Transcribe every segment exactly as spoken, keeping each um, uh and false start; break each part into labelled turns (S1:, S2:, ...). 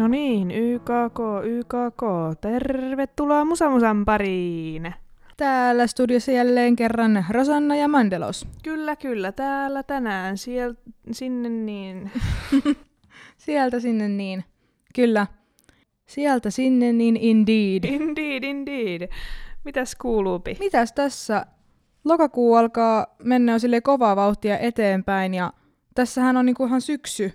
S1: No niin, Y K K, Y K K, tervetuloa Musamusan pariin.
S2: Täällä studiossa jälleen kerran Rosanna ja Mandelos.
S1: Kyllä, kyllä, täällä tänään, sieltä sinne niin.
S2: Sieltä sinne niin. Kyllä. Sieltä sinne niin indeed.
S1: Indeed, indeed. Mitäs kuuluupi?
S2: Mitäs tässä? Lokakuu alkaa mennä jo silleen kovaa vauhtia eteenpäin ja tässähän on niinku ihan syksy.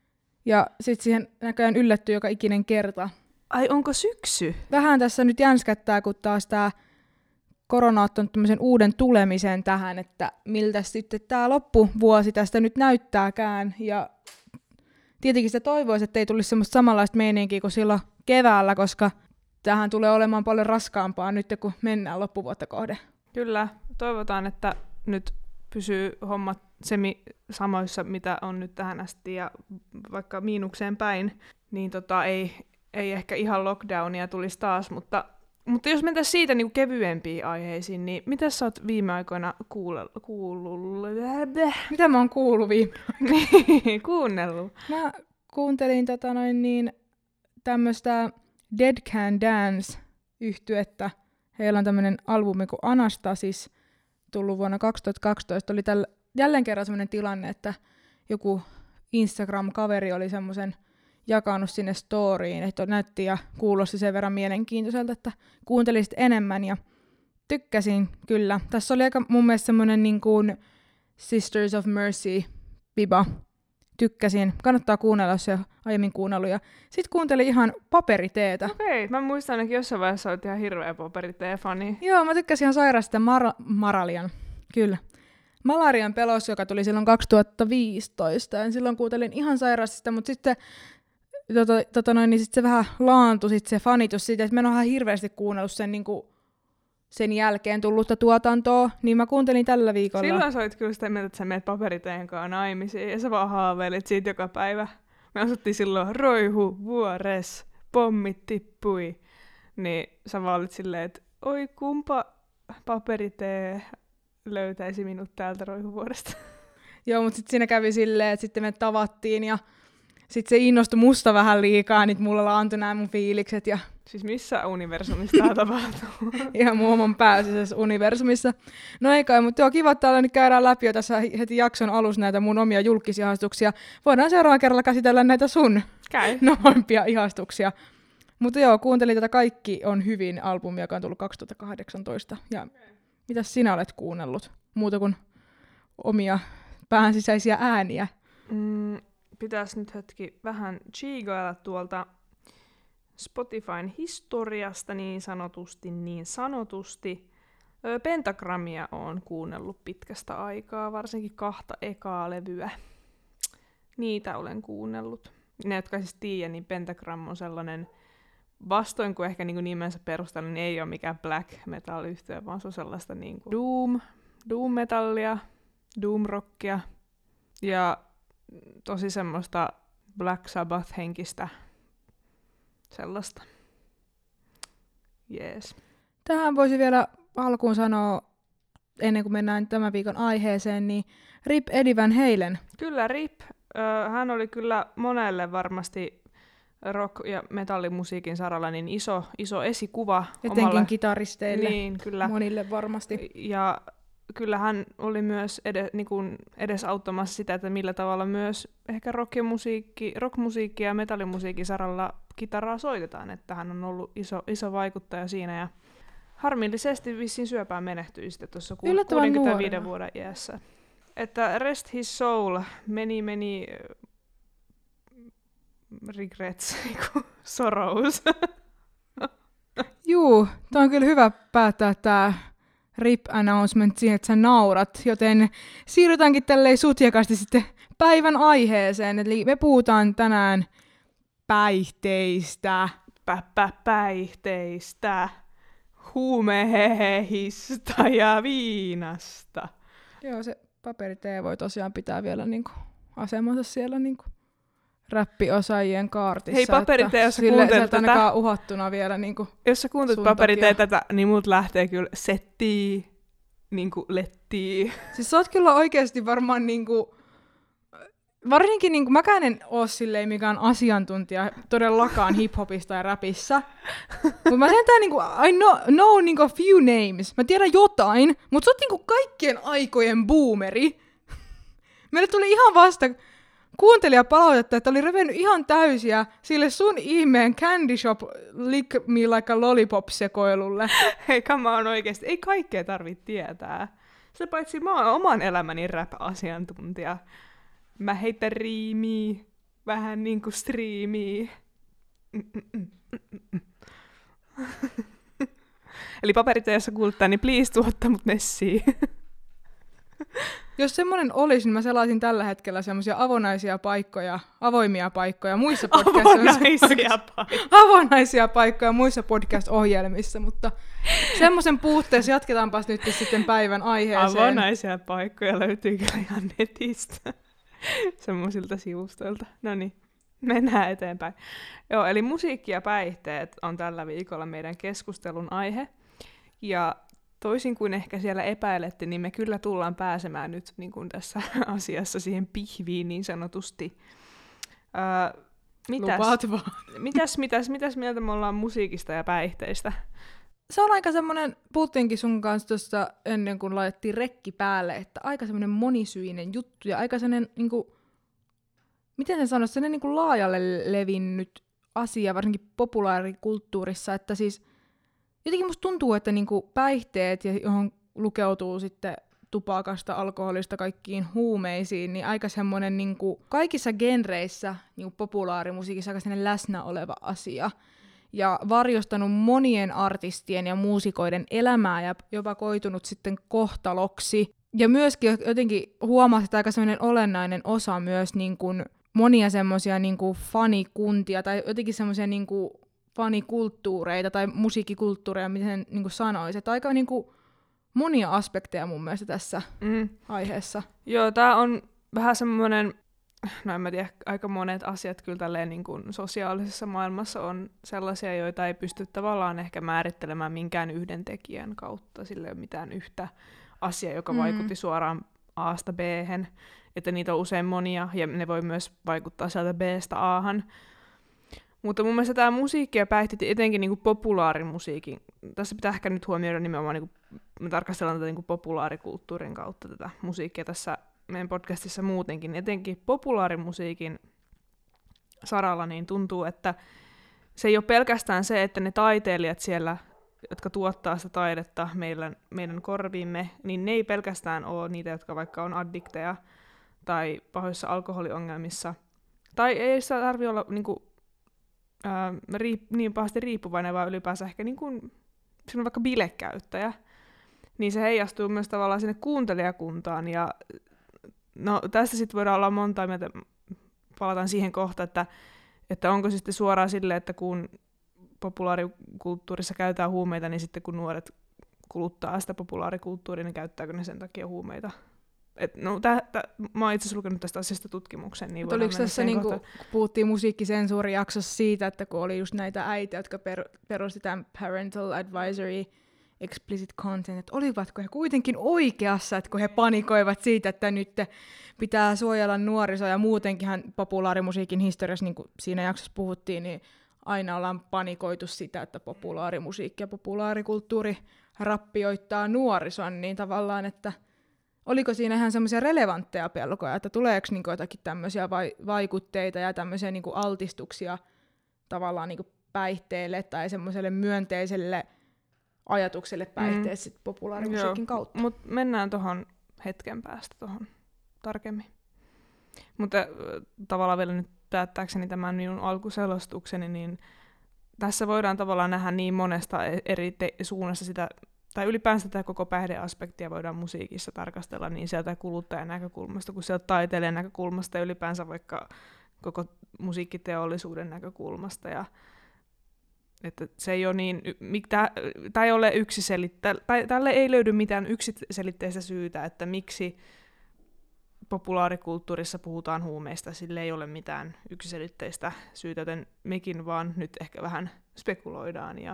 S2: Ja sit siihen näköjään yllättyy joka ikinen kerta.
S1: Ai, onko syksy?
S2: Vähän tässä nyt jänskättää, kun taas tää korona on ottanut tämmöisen uuden tulemisen tähän, että miltä sitten tää loppuvuosi tästä nyt näyttääkään. Ja tietenkin sitä toivoisi, että ei tulisi semmoista samanlaista meininkiä kuin silloin keväällä, koska tähän tulee olemaan paljon raskaampaa nyt, kun mennään loppuvuotta kohden.
S1: Kyllä, toivotaan, että nyt pysyy hommat semi samoissa, mitä on nyt tähän asti, ja vaikka miinukseen päin, niin tota, ei, ei ehkä ihan lockdownia tulisi taas, mutta, mutta jos mentäisiin siitä niin kuin kevyempiin aiheisiin, niin mitä sä oot viime aikoina kuullut? Kuullut?
S2: Mitä mä oon kuullut viime
S1: niin, kuunnellut?
S2: Mä kuuntelin tota noin niin tämmöstä Dead Can Dance-yhtyettä. Heillä on tämmönen albumi kuin Anastasis, tullut vuonna kaksituhattakaksitoista. Oli tällä, jälleen kerran semmoinen tilanne, että joku Instagram-kaveri oli semmoisen jakanut sinne storyin, että näytti ja kuulosti sen verran mielenkiintoiselta, että kuuntelisit enemmän ja tykkäsin kyllä. Tässä oli aika mun mielestä semmoinen niin kuin Sisters of Mercy-viba. Tykkäsin. Kannattaa kuunnella, jos ei ole aiemmin kuunnellut. Sitten kuuntelin ihan paperiteetä.
S1: Okei, mä muistan ainakin jossain vaiheessa olet ihan hirveä paperitee-fani.
S2: Joo, mä tykkäsin ihan sairaasta Mar- Maralian. Kyllä. Malarian pelos, joka tuli silloin kaksituhattaviisitoista. Ja silloin kuuntelin ihan sairaasta, mutta sitten tota, tota noin, niin sit se vähän laantui sit se fanitus siitä, että mä en ole ihan hirveästi kuunnellut sen, niin kuin, sen jälkeen tullutta tuotantoa, niin mä kuuntelin tällä viikolla.
S1: Silloin sä olit kyllä sitä mieltä, että sä menet paperiteen kanssa naimisiin, ja sä vaan haaveilit siitä joka päivä. Me asuttiin silloin roihu, vuores, pommit tippui. Niin sä vaan olit silleen, että oi kumpa paperitee löytäisi minut täältä roihuvuoresta.
S2: Joo, mutta sitten siinä kävi silleen, että sitten me tavattiin ja sitten se innostui musta vähän liikaa, niin mulla laantui nämä mun fiilikset. Ja
S1: siis missä universumissa tää tapahtuu?
S2: Ihan mun oman pääsisäisessä universumissa. No ei kai, mutta joo, kiva, että täällä nyt käydään läpi jo tässä heti jakson alussa näitä mun omia julkisihastuksia. Voidaan seuraavalla kerralla käsitellä näitä sun
S1: Käy.
S2: noimpia ihastuksia. Mutta joo, kuuntelin tätä Kaikki on hyvin -albumia, joka on tullut kaksituhattakahdeksantoista. Ja mitäs sinä olet kuunnellut? Muuta kuin omia päänsisäisiä ääniä.
S1: Mm, pitäisi nyt hetki vähän chiigailla tuolta Spotifyn historiasta niin sanotusti, niin sanotusti. Öö, Pentagramia on kuunnellut pitkästä aikaa, varsinkin kahta ekaa levyä. Niitä olen kuunnellut. Ne, jotka siis tiedä, niin Pentagram on sellainen, vastoin kuin ehkä niin nimensä perusteella, niin ei ole mikään black metal-yhtiö, vaan se on sellaista niin kuin doom, doom-metallia, doom-rockia ja tosi semmoista Black Sabbath-henkistä sellaista. Jees.
S2: Tähän voisi vielä alkuun sanoa, ennen kuin mennään tämän viikon aiheeseen, niin Rip Eddie Van Halen.
S1: Kyllä Rip. Ö, hän oli kyllä monelle varmasti rock- ja metallimusiikin saralla niin iso, iso esikuva.
S2: Etenkin
S1: omalle
S2: kitaristeille,
S1: niin, kyllä.
S2: monille varmasti.
S1: Ja kyllä hän oli myös ed- niin kuin edesauttamassa sitä, että millä tavalla myös ehkä rockmusiikki, rockmusiikki ja metallimusiikin saralla kitaraa soitetaan, että hän on ollut iso, iso vaikuttaja siinä ja harmillisesti vissiin syöpään menehtyi sitten tuossa kuusikymmentäviiden vuoden iässä. Että rest his soul, many many regrets, sorrows.
S2: Juu, tämä on kyllä hyvä päättää tämä Rip-announcement siihen, että sä naurat, joten siirrytäänkin tälleen sutjakasti sitten päivän aiheeseen. Eli me puhutaan tänään päihteistä.
S1: Pä, päihteistä, huumeista ja viinasta.
S2: Joo, se paperitee voi tosiaan pitää vielä niinku asemansa siellä niinku räppiosaajien kaartissa.
S1: Hei paperitee, jos sä
S2: kuuntelet tätä. Sillä
S1: ainakaan
S2: uhattuna vielä niinku
S1: jos sä kuuntelet paperitee tätä, niin mut lähtee kyllä settii, niinku lettii.
S2: Siis sä oot kyllä oikeesti varmaan niinku varsinkin niin kuin, mäkään en ole silleen mikään asiantuntija todellakaan hiphopista ja räpissä. Mutta mä sentään niinku, I know, know niinku a few names. Mä tiedän jotain, mutta sä oot niinku kaikkien aikojen boomeri. Meille tuli ihan vasta kuuntelijapalautetta, että oli revennyt ihan täysiä sille sun ihmeen Candy Shop Lick Me Like a Lollipop-sekoilulle.
S1: Hei, come on oikeesti. Ei kaikkea tarvitse tietää. Se paitsi mä oon oman elämäni rap-asiantuntija. Mä heitän riimiä, vähän niinku striimiä. Eli paperiteossa kuuluttaa, niin please tuottaa mut Nessiin.
S2: Jos semmoinen olisi, niin mä selaisin tällä hetkellä semmoisia avonaisia paikkoja, avoimia paikkoja muissa podcast-ohjelmissa.
S1: Avonaisia paikkoja.
S2: Avonaisia paikkoja muissa podcast-ohjelmissa, mutta semmoisen puutteessa jatketaanpas nyt sitten päivän aiheeseen.
S1: Avonaisia paikkoja löytyy kyllä ihan netistä. Semmoisilta sivustoilta. No niin, mennään eteenpäin. Joo, eli musiikki ja päihteet on tällä viikolla meidän keskustelun aihe. Ja toisin kuin ehkä siellä epäilette, niin me kyllä tullaan pääsemään nyt niin kuin tässä asiassa siihen pihviin niin sanotusti. Öö, mitäs,
S2: Lupaat vaan.
S1: mitäs, mitäs, mitäs mieltä me ollaan musiikista ja päihteistä?
S2: Se on aika semmoinen, puhuttiinkin sun kanssa tuossa ennen kuin laitettiin rekki päälle, että aika semmoinen monisyinen juttu ja aika semmoinen, niin kuin, miten sen sanoisi, semmoinen niin kuin laajalle levinnyt asia, varsinkin populaarikulttuurissa, että siis jotenkin musta tuntuu, että niin kuin päihteet, johon lukeutuu sitten tupakasta, alkoholista, kaikkiin huumeisiin, niin aika semmoinen niin kuin kaikissa genreissä niin kuin populaarimusiikissa aika semmoinen läsnä oleva asia. Ja varjostanut monien artistien ja muusikoiden elämää ja jopa koitunut sitten kohtaloksi. Ja myöskin jotenkin huomasi, että aika semmoinen olennainen osa myös niin kuin monia semmoisia niin kuin fanikuntia tai jotenkin semmoisia niin kuin fanikulttuureita tai musiikkikulttuureja, miten niin kuin sanoisi. Että aika niin kuin monia aspekteja mun mielestä tässä mm. aiheessa.
S1: Joo, tää on vähän semmoinen, no en mä tiedä, aika monet asiat kyllä tälleen niin kuin sosiaalisessa maailmassa on sellaisia, joita ei pysty tavallaan ehkä määrittelemään minkään yhden tekijän kautta. Sillä ei ole mitään yhtä asiaa, joka mm. vaikutti suoraan A:sta B:hen, että niitä on usein monia, ja ne voi myös vaikuttaa sieltä B:stä A:han. Mutta mun mielestä tämä musiikki ja päihteet, etenkin niin kuin populaarimusiikin, tässä pitää ehkä nyt huomioida nimenomaan, niin kuin, me tarkastellaan tätä niin kuin populaarikulttuurin kautta tätä musiikkia tässä meidän podcastissa muutenkin, etenkin populaarimusiikin saralla, niin tuntuu, että se ei ole pelkästään se, että ne taiteilijat siellä, jotka tuottaa sitä taidetta meidän, meidän korviimme, niin ne ei pelkästään ole niitä, jotka vaikka on addikteja tai pahoissa alkoholiongelmissa, tai ei sitä tarvitse olla niin kuin, ää, riip, niin pahasti riippuvainen, vaan ylipäänsä ehkä niin kuin, vaikka bilekäyttäjä, niin se heijastuu myös tavallaan sinne kuuntelijakuntaan, ja no tästä sitten voidaan olla monta mieltä, palataan siihen kohtaan, että, että onko se sitten suoraan silleen, että kun populaarikulttuurissa käytetään huumeita, niin sitten kun nuoret kuluttaa sitä populaarikulttuuria, niin käyttääkö ne sen takia huumeita? Et, no, tää, tää, mä oon itse asiassa lukenut tästä asiasta tutkimuksen. Niin
S2: oliko tässä, niin kun puhuttiin musiikkisensuurijaksossa siitä, että kun oli just näitä äitä, jotka per, perusti tämän Parental Advisory Explicit Content, että olivatko he kuitenkin oikeassa, että kun he panikoivat siitä, että nyt pitää suojella nuorisoa ja muutenkinhan populaarimusiikin historiassa, niin kuin siinä jaksossa puhuttiin, niin aina ollaan panikoitu sitä, että populaarimusiikki ja populaarikulttuuri rappioittaa nuorison, niin tavallaan, että oliko siinä ihan semmoisia relevantteja pelkoja, että tuleeko niinku jotakin tämmöisiä vai- vaikutteita ja tämmöisiä niinku altistuksia tavallaan niinku päihteelle tai semmoiselle myönteiselle ajatukselle päihteessä mm. populaarimusiikin kautta.
S1: Mutta mennään tuohon hetken päästä tuohon tarkemmin. Mutta äh, tavallaan vielä nyt päättääkseni tämän minun alkuselostukseni, niin tässä voidaan tavallaan nähdä niin monesta eri te- suunnasta sitä, tai ylipäänsä tätä koko päihdeaspektia voidaan musiikissa tarkastella niin sieltä kuluttajan näkökulmasta kuin sieltä taiteilijan näkökulmasta ja ylipäänsä vaikka koko musiikkiteollisuuden näkökulmasta. Ja että se ei ole niin, tämä ei ole yksiselitteistä, tai tälle ei löydy mitään yksiselitteistä syytä, että miksi populaarikulttuurissa puhutaan huumeista, sille ei ole mitään yksiselitteistä syytä, joten mekin vaan nyt ehkä vähän spekuloidaan ja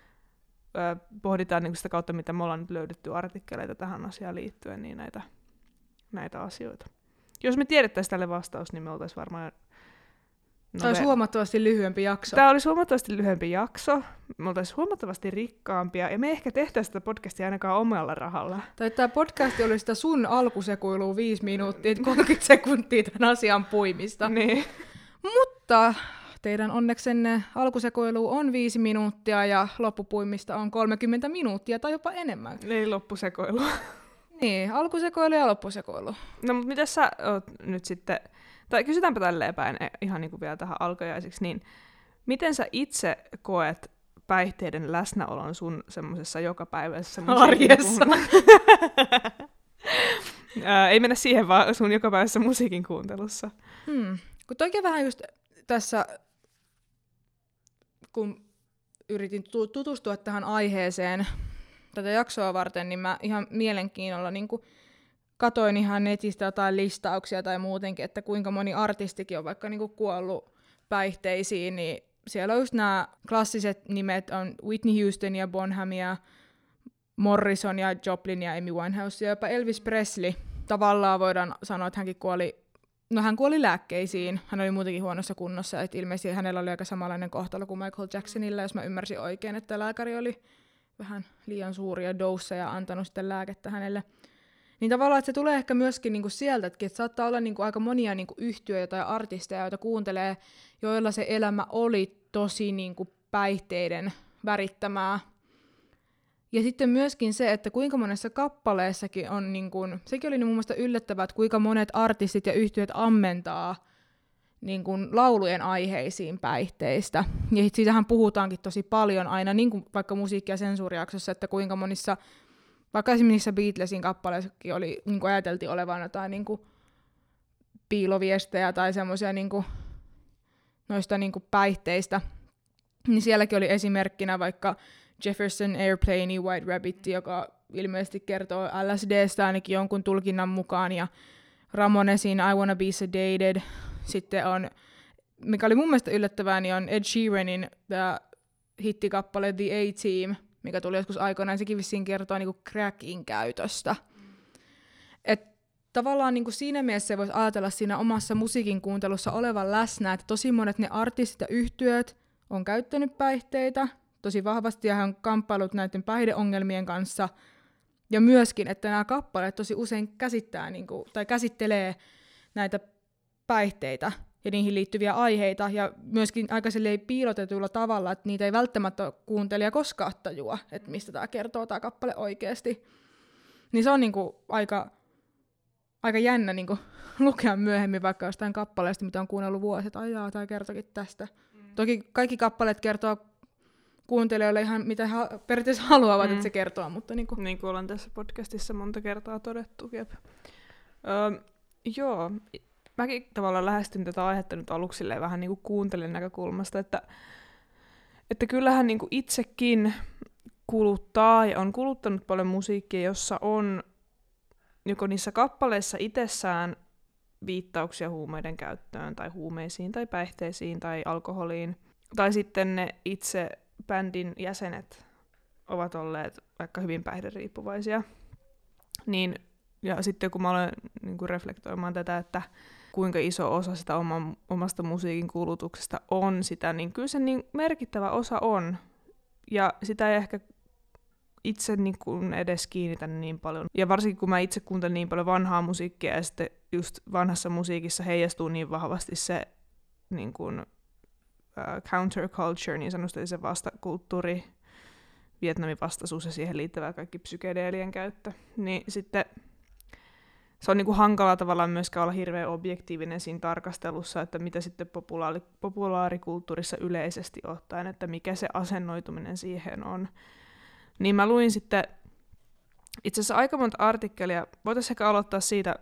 S1: ö, pohditaan niin sitä kautta, mitä me ollaan nyt löydetty artikkeleita tähän asiaan liittyen, niin näitä, näitä asioita. Jos me tiedettäisiin tälle vastaus, niin me oltaisiin varmaan...
S2: No Tämä olisi me... huomattavasti lyhyempi jakso.
S1: Tämä olisi huomattavasti lyhyempi jakso. Me oltaisiin huomattavasti rikkaampia. Ja me ehkä tehtäisiin tätä podcastia ainakaan omalla rahalla.
S2: Tai tämä podcast oli sitä sun alkusekuilua viisi minuuttia, kolmekymmentä sekuntia tämän asian puimista.
S1: Niin.
S2: Mutta teidän onneksenne alkusekoilu on viisi minuuttia ja loppupuimista on kolmekymmentä minuuttia tai jopa enemmän.
S1: Eli loppusekoilu.
S2: Niin, alkusekoilu ja loppusekoilu.
S1: No mutta mitä sä oot nyt sitten, tai kysytäänpä tälleen päin ihan niin kuin vielä tähän alkajaisiksi, niin miten sä itse koet päihteiden läsnäolon sun semmosessa jokapäiväisessä
S2: arjessa?
S1: Ei mennä siihen, vaan sun jokapäiväisessä musiikin kuuntelussa.
S2: Hmm. Kun toikin vähän just tässä, kun yritin tutustua tähän aiheeseen tätä jaksoa varten, niin mä ihan mielenkiinnolla niin kuin katoin ihan netistä jotain listauksia tai muutenkin, että kuinka moni artistikin on vaikka niin kuin kuollut päihteisiin, niin siellä on just nämä klassiset nimet on Whitney Houston ja Bonham ja Morrison ja Joplin ja Amy Winehouse ja jopa Elvis Presley. Tavallaan voidaan sanoa, että hänkin kuoli, no hän kuoli lääkkeisiin. Hän oli muutenkin huonossa kunnossa, että ilmeisesti hänellä oli aika samanlainen kohtalo kuin Michael Jacksonilla, jos mä ymmärsin oikein, että lääkäri oli vähän liian suuria doseja antanut sitten lääkettä hänelle. Niin tavallaan, että se tulee ehkä myöskin niinku sieltä, että saattaa olla niinku aika monia niinku yhtyeitä tai artisteja, joita kuuntelee, joilla se elämä oli tosi niinku päihteiden värittämää. Ja sitten myöskin se, että kuinka monessa kappaleessakin on, niinku, sekin oli mun mielestä yllättävää, että kuinka monet artistit ja yhtyöt ammentaa niinku laulujen aiheisiin päihteistä. Ja siitähän puhutaankin tosi paljon aina, niin kuin vaikka musiikki- ja sensuurijaksossa, että kuinka monissa, vaikka esimerkiksi Beatlesin kappaleissakin oli, niin kuin ajateltiin olevan jotain niin kuin piiloviestejä tai semmoisia niin kuin noista niin kuin päihteistä, niin sielläkin oli esimerkkinä vaikka Jefferson Airplane, White Rabbit, joka ilmeisesti kertoo L S D:stä ainakin jonkun tulkinnan mukaan, ja Ramonesin I Wanna Be Sedated. Sitten on, mikä oli mun mielestä yllättävää, niin on Ed Sheeranin tämä hittikappale The A-Team, mikä tuli joskus aikoinaan, sekin vissiin kertoo niinku crackin käytöstä. Mm. Et tavallaan niinku siinä mielessä voisi ajatella siinä omassa musiikin kuuntelussa olevan läsnä, että tosi monet ne artistit ja yhtyöt on käyttänyt päihteitä tosi vahvasti ja hän on kamppailut näiden päihdeongelmien kanssa. Ja myöskin, että nämä kappaleet tosi usein käsittää, niinku, tai käsittelee näitä päihteitä ja niihin liittyviä aiheita, ja myöskin aika piilotetulla tavalla, että niitä ei välttämättä kuuntelija koskaan tajua, että mistä tämä kertoo tämä kappale oikeasti. Niin se on niinku aika, aika jännä niinku lukea myöhemmin vaikka jostain kappaleesta, mitä on kuunnellut vuosia, että ajaa, tämä kertokin tästä. Mm. Toki kaikki kappaleet kertoo kuuntelijoille ihan mitä he periaatteessa haluavat, mm. että se kertoo. Mutta niinku.
S1: Niin kuin ollaan tässä podcastissa monta kertaa todettu. Jep. Öö, joo. Mäkin tavallaan lähestyn tätä aihetta nyt aluksi vähän niin kuin kuuntelijan näkökulmasta, että, että kyllähän niin kuin itsekin kuluttaa ja on kuluttanut paljon musiikkia, jossa on joko niissä kappaleissa itsessään viittauksia huumeiden käyttöön tai huumeisiin tai päihteisiin tai alkoholiin, tai sitten ne itse bändin jäsenet ovat olleet vaikka hyvin päihderiippuvaisia. Niin, ja sitten kun mä olen niin kuin reflektoimaan tätä, että kuinka iso osa sitä oman, omasta musiikin kulutuksesta on sitä, niin kyllä se niin merkittävä osa on. Ja sitä ei ehkä itse niin kuin edes kiinnitä niin paljon. Ja varsinkin kun mä itse kuuntelen niin paljon vanhaa musiikkia, ja sitten just vanhassa musiikissa heijastuu niin vahvasti se niin kuin, uh, counterculture, niin sanotusti se vastakulttuuri, Vietnamin vastaisuus ja siihen liittyvä kaikki psykedeelien käyttö, niin sitten se on niinku hankalaa tavallaan myöskään olla hirveän objektiivinen siinä tarkastelussa, että mitä sitten populaari, populaarikulttuurissa yleisesti ottaen, että mikä se asennoituminen siihen on. Niin mä luin sitten itse asiassa aika monta artikkelia. Voitaisiin ehkä aloittaa siitä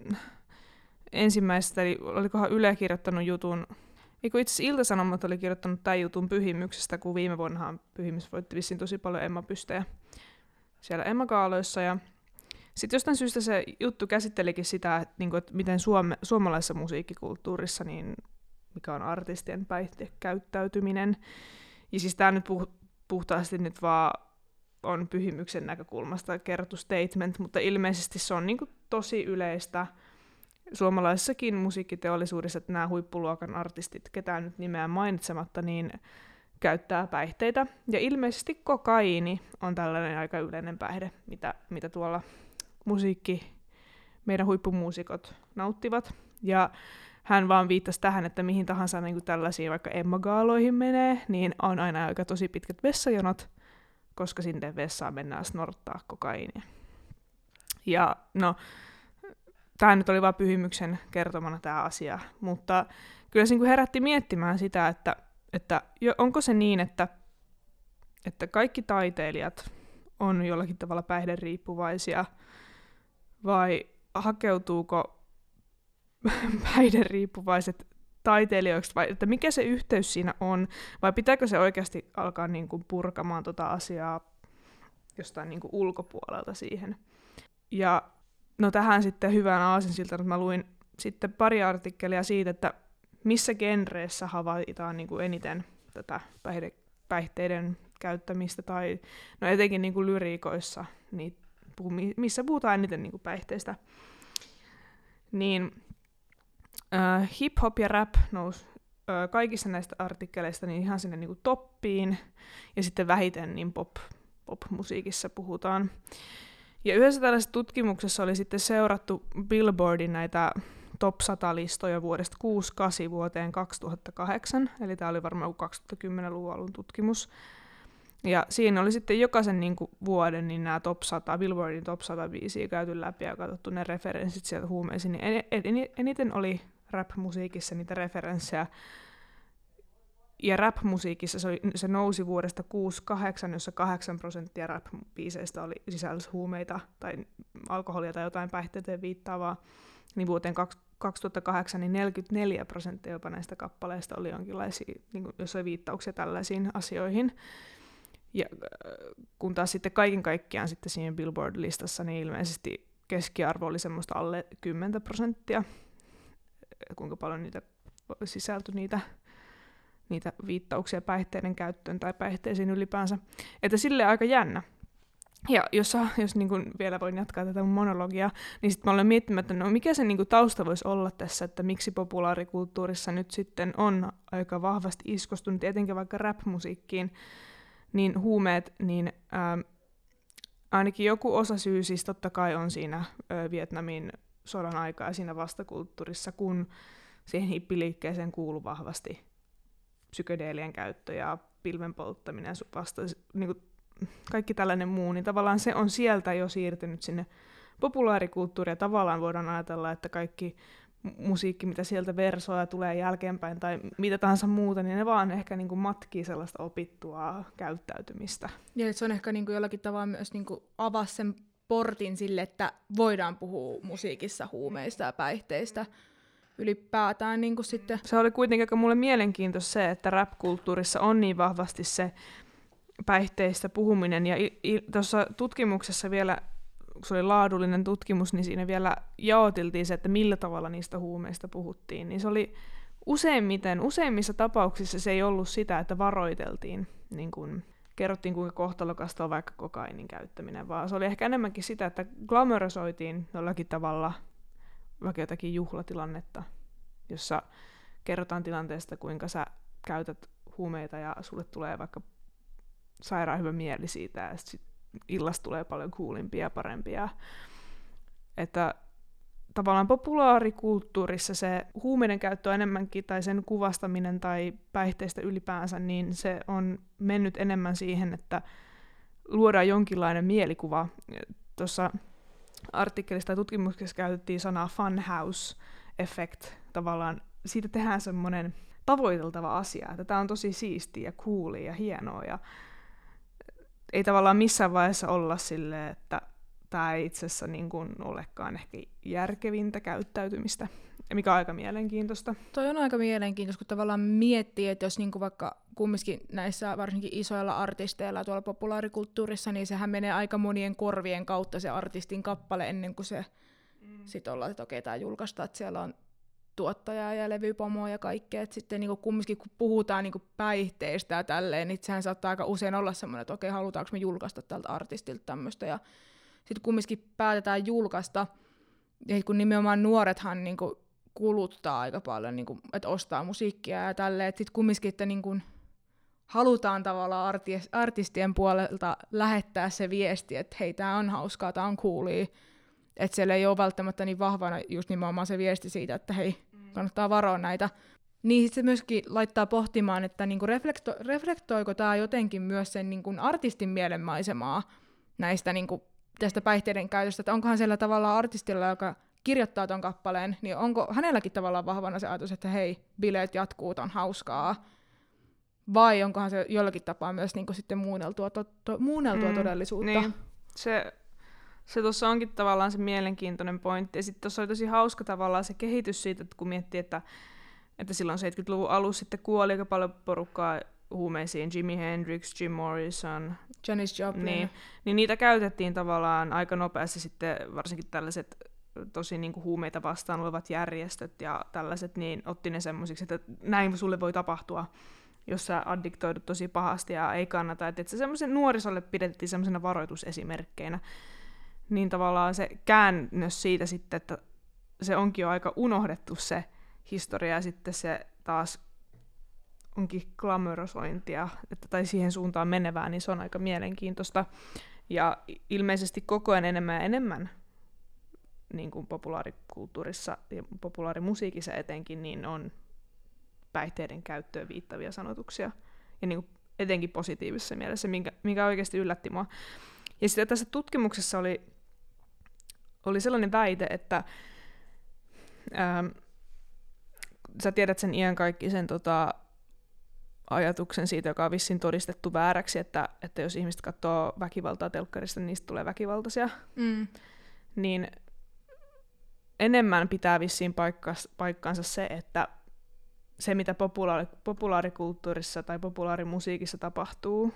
S1: ensimmäisestä, eli olikohan Yle kirjoittanut jutun, eikö itse asiassa Ilta-Sanomat oli kirjoittanut tämän jutun pyhimyksestä, kun viime vuonnahan pyhimys voitti vissiin tosi paljon Emma-pystejä siellä Emma-gaaloissa, ja sitten jostain syystä se juttu käsittelikin sitä, että, niin kuin, että miten suome, suomalaisessa musiikkikulttuurissa, niin mikä on artistien päihdekäyttäytyminen. Ja siis tämä nyt puh, puhtaasti nyt vaan on pyhimyksen näkökulmasta kerrottu statement, mutta ilmeisesti se on niin kuin tosi yleistä suomalaisessakin musiikkiteollisuudessa, että nämä huippuluokan artistit, ketään nyt nimeä mainitsematta, niin käyttää päihteitä. Ja ilmeisesti kokaiini on tällainen aika yleinen päihde, mitä, mitä tuolla musiikki, meidän huippumuusikot nauttivat. Ja hän vaan viittasi tähän, että mihin tahansa niin kuin tällaisiin vaikka Emma-gaaloihin menee, niin on aina aika tosi pitkät vessajonot, koska sinne vessaan mennään snorttaa kokaiinia. Ja no, tämä nyt oli vain Pyhimyksen kertomana tämä asia, mutta kyllä se niin kuin herätti miettimään sitä, että, että onko se niin, että, että kaikki taiteilijat on jollakin tavalla päihderiippuvaisia, vai hakeutuuko päihderiippuvaiset taiteilijoiksi, vai että mikä se yhteys siinä on, vai pitääkö se oikeasti alkaa niin kuin purkamaan tota asiaa jostain niin kuin ulkopuolelta siihen. Ja no tähän sitten hyvän aasinsiltana, että mä luin sitten pari artikkelia siitä, että missä genreissä havaitaan niin kuin eniten tätä päihde, päihteiden käyttämistä, tai no etenkin niin kuin lyriikoissa, niin missä puhutaan eniten niin kuin päihteistä. Niin äh, hip-hop ja rap nousi äh, kaikissa näistä artikkeleista niin ihan sinne niin kuin toppiin, ja sitten vähiten niin pop, pop-musiikissa puhutaan. Ja yhdessä tällaisessa tutkimuksessa oli sitten seurattu Billboardin näitä top sata-listoja vuodesta kuusikymmentäkahdeksan vuoteen kaksituhattakahdeksan, eli tämä oli varmaan kaksituhattakymmenluvun alun tutkimus. Ja siinä oli sitten jokaisen niin kuin vuoden niin nämä top sata, Billboardin top sata biisiä käyty läpi ja katsottu ne referenssit sieltä huumeisiin. Niin en, en, eniten oli rap-musiikissa niitä referenssejä. Ja rap-musiikissa se, oli, se nousi vuodesta kuusikymmentäkahdeksan, jossa kahdeksan prosenttia rap-biiseistä oli sisälsi huumeita tai alkoholia tai jotain päihteitä viittaavaa. Niin vuoteen kaksituhattakahdeksan niin neljäkymmentäneljä prosenttia jopa näistä kappaleista oli jonkinlaisia, niin kuin, jos oli viittauksia tällaisiin asioihin. Ja kun taas sitten kaiken kaikkiaan sitten siinä Billboard-listassa, niin ilmeisesti keskiarvo oli semmoista alle kymmenen prosenttia, kuinka paljon niitä sisältyi niitä, niitä viittauksia päihteiden käyttöön tai päihteisiin ylipäänsä. Että silleen aika jännä. Ja jos, jos niin kuin vielä voin jatkaa tätä mun monologiaa, niin sitten mä olen miettimään, että no mikä se niin kuin tausta voisi olla tässä, että miksi populaarikulttuurissa nyt sitten on aika vahvasti iskostunut, etenkin vaikka rap-musiikkiin, niin huumeet, niin ää, ainakin joku osa syy siis totta kai on siinä ä, Vietnamin sodan aikaa ja siinä vastakulttuurissa, kun siihen hippiliikkeeseen kuului vahvasti psykedeelien käyttö ja pilven polttaminen vasta, niin kuin kaikki tällainen muu, niin tavallaan se on sieltä jo siirtynyt sinne populaarikulttuuriin, ja tavallaan voidaan ajatella, että kaikki musiikki, mitä sieltä versoja tulee jälkeenpäin tai mitä tahansa muuta, niin ne vaan ehkä niin kuin matkii sellaista opittua käyttäytymistä.
S2: Ja se on ehkä niin kuin jollakin tavalla myös niin kuin avasi sen portin sille, että voidaan puhua musiikissa huumeista ja päihteistä ylipäätään niin kuin sitten.
S1: Se oli kuitenkin aika mulle mielenkiintoista se, että rap-kulttuurissa on niin vahvasti se päihteistä puhuminen, ja tuossa tutkimuksessa vielä, kun se oli laadullinen tutkimus, niin siinä vielä jaotiltiin se, että millä tavalla niistä huumeista puhuttiin, niin se oli useimmiten, useimmissa tapauksissa se ei ollut sitä, että varoiteltiin, niin kun kerrottiin kuinka kohtalokasta on vaikka kokainin käyttäminen, vaan se oli ehkä enemmänkin sitä, että glamorisoitiin jollakin tavalla vaikka jotakin juhlatilannetta, jossa kerrotaan tilanteesta, kuinka sä käytät huumeita ja sulle tulee vaikka sairaan hyvä mieli siitä, ja sit illasta tulee paljon kuulimpia ja parempia. Että tavallaan populaarikulttuurissa se huumeiden käyttö enemmänkin, tai sen kuvastaminen tai päihteistä ylipäänsä, niin se on mennyt enemmän siihen, että luodaan jonkinlainen mielikuva. Tuossa artikkelissa tai tutkimuksessa käytettiin sanaa funhouse effect. Tavallaan siitä tehdään semmoinen tavoiteltava asia, että tämä on tosi siistiä ja coolia ja hienoa, ja ei tavallaan missään vaiheessa olla silleen, että tämä ei itse asiassa niin kuin olekaan ehkä järkevintä käyttäytymistä, mikä on aika mielenkiintoista.
S2: Toi on aika mielenkiintoista, kun tavallaan miettii, että jos niin kuin vaikka kumminkin näissä varsinkin isoilla artisteilla tuolla populaarikulttuurissa, niin sehän menee aika monien korvien kautta se artistin kappale ennen kuin se mm. sitten ollaan, että okei, tämä julkaistaan, että siellä on tuottajaa ja levypomoa ja kaikkea, että sitten niin kumminkin kun puhutaan niin päihteistä ja tälleen, niin sehän saattaa aika usein olla semmoinen, että okei, halutaanko me julkaista tältä artistilta tämmöistä, ja sitten kumminkin päätetään julkaista, ja kun nimenomaan nuorethan niinku kuluttaa aika paljon, niinku, että ostaa musiikkia ja tälleen, että sitten kumminkin, että niinku halutaan tavallaan arti- artistien puolelta lähettää se viesti, että hei, tää on hauskaa, tää on coolia, että siellä ei ole välttämättä niin vahvana just nimenomaan se viesti siitä, että hei, kannattaa varoa näitä. Niin sit se myöskin laittaa pohtimaan, että niinku reflekto- reflektoiko tämä jotenkin myös sen niinku artistin mielenmaisemaa näistä niinku, tästä päihteiden käytöstä, että onkohan siellä tavallaan artistilla, joka kirjoittaa ton kappaleen, niin onko hänelläkin tavallaan vahvana se ajatus, että hei, bileet jatkuu, on hauskaa, vai onkohan se jollakin tapaa myös niinku sitten muunneltua, to- to- muunneltua mm, todellisuutta.
S1: Niin. Se, se tuossa onkin tavallaan se mielenkiintoinen pointti, ja sitten tuossa oli tosi hauska tavallaan se kehitys siitä, että kun miettii, että että silloin seitsemänkymmentäluvun alussa sitten kuoli aika paljon porukkaa huumeisiin, Jimi Hendrix, Jim Morrison,
S2: Janis Joplin.
S1: Niin, niin niitä käytettiin tavallaan aika nopeasti sitten, varsinkin tällaiset tosi niin kuin huumeita vastaan olevat järjestöt ja tällaiset, niin otti ne semmoisiksi, että näin sulle voi tapahtua, jos sä addiktoidut tosi pahasti ja ei kannata. Että se semmoisen nuorisolle pidettiin semmoisena varoitusesimerkkeinä. Niin tavallaan se käännös siitä sitten, että se onkin jo aika unohdettu se historia ja sitten se taas onkin glamorosointia, että, tai siihen suuntaan menevää, niin se on aika mielenkiintoista. Ja ilmeisesti koko ajan enemmän ja enemmän niin kuin populaarikulttuurissa ja populaarimusiikissa etenkin, niin on päihteiden käyttöön viittavia sanotuksia. Ja niin kuin etenkin positiivisessa mielessä, minkä, mikä oikeasti yllätti mua. Ja sitten tässä tutkimuksessa oli, oli sellainen väite, että ähm, sä tiedät sen iankaikkisen tota, ajatuksen siitä, joka on vissiin todistettu vääräksi, että, että jos ihmiset katsoo väkivaltaa telkkarista, niin niistä tulee väkivaltaisia.
S2: Mm.
S1: Niin enemmän pitää vissiin paikkas, paikkaansa se, että se, mitä populaari, populaarikulttuurissa tai populaarimusiikissa tapahtuu,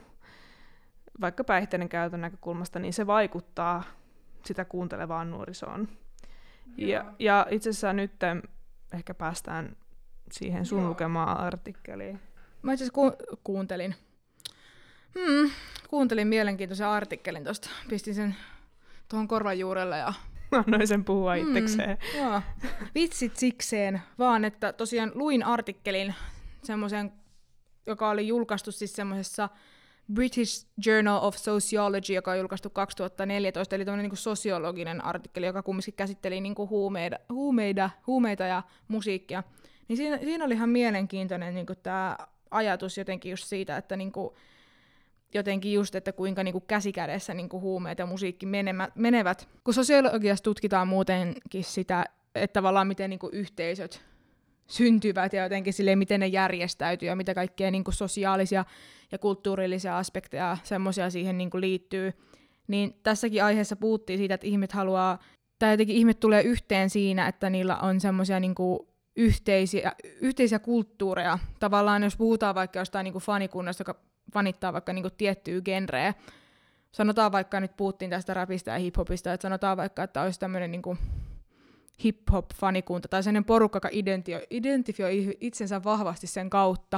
S1: vaikka päihteiden käytön näkökulmasta, niin se vaikuttaa sitä kuuntelevaan nuorisoon. Ja, ja itse asiassa nyt ehkä päästään siihen sun Joo. lukemaan artikkeliin.
S2: Mä itse asiassa ku- kuuntelin. Hmm, kuuntelin mielenkiintoisen artikkelin tosta. Pistin sen tuohon korvan juurelle ja
S1: annoin sen puhua itsekseen.
S2: Mm, joo. Vitsit sikseen, vaan että tosiaan luin artikkelin semmoisen, joka oli julkaistu siis semmoisessa British Journal of Sociology, joka on julkaistu kaksituhattaneljätoista, eli tämmöinen niin kuin sosiologinen artikkeli, joka kumminkin käsitteli niin kuin huumeita, huumeita, huumeita ja musiikkia. Niin siinä, siinä oli ihan mielenkiintoinen niin kuin tämä ajatus jotenkin just siitä, että niin kuin, jotenkin just, että kuinka niin kuin käsikädessä niin kuin huumeet ja musiikki menevät. Kun sosiologiassa tutkitaan muutenkin sitä, että tavallaan miten niin kuin yhteisöt syntyvät ja jotenkin silleen, miten ne järjestäytyy ja mitä kaikkea niin kuin sosiaalisia ja kulttuurillisia aspekteja semmoisia siihen niin kuin liittyy, niin tässäkin aiheessa puhuttiin siitä, että ihmiset haluaa, tai jotenkin ihmiset tulee yhteen siinä, että niillä on semmoisia niin kuin yhteisiä, yhteisiä kulttuureja. Tavallaan jos puhutaan vaikka jostain niin kuin fanikunnasta, joka fanittaa vaikka niin kuin tiettyä genreä, sanotaan vaikka, nyt puhuttiin tästä rapista ja hiphopista, että sanotaan vaikka, että olisi tämmöinen niin kuin hip-hop-fanikunta tai sellainen porukka, joka identifioi, identifioi itsensä vahvasti sen kautta,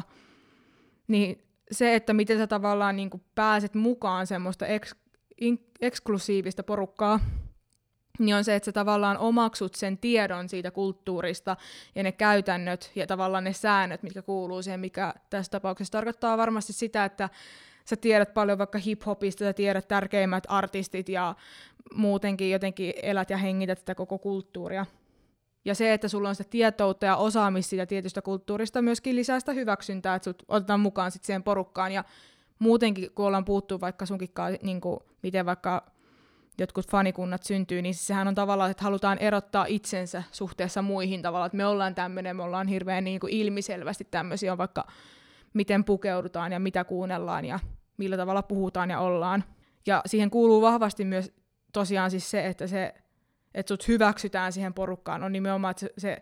S2: niin se, että miten sä tavallaan niin kuin pääset mukaan semmoista eks, in, eksklusiivista porukkaa, niin on se, että sä tavallaan omaksut sen tiedon siitä kulttuurista ja ne käytännöt ja tavallaan ne säännöt, mitkä kuuluu siihen, mikä tässä tapauksessa tarkoittaa varmasti sitä, että sä tiedät paljon vaikka hip-hopista, sä tiedät tärkeimmät artistit ja muutenkin jotenkin elät ja hengität tätä koko kulttuuria. Ja se, että sulla on sitä tietoutta ja osaamista siitä tietystä kulttuurista, myöskin lisää sitä hyväksyntää, että sut otetaan mukaan sit siihen porukkaan. Ja muutenkin, kun ollaan puhuttu vaikka sunkinkaan, niin kuin miten vaikka jotkut fanikunnat syntyy, niin sehän on tavallaan, että halutaan erottaa itsensä suhteessa muihin tavallaan, että me ollaan tämmöinen, me ollaan hirveän niin kuin ilmiselvästi tämmöisiä, on vaikka miten pukeudutaan ja mitä kuunnellaan ja millä tavalla puhutaan ja ollaan. Ja siihen kuuluu vahvasti myös tosiaan siis se, että, se, että sut hyväksytään siihen porukkaan, on nimenomaan, että se, se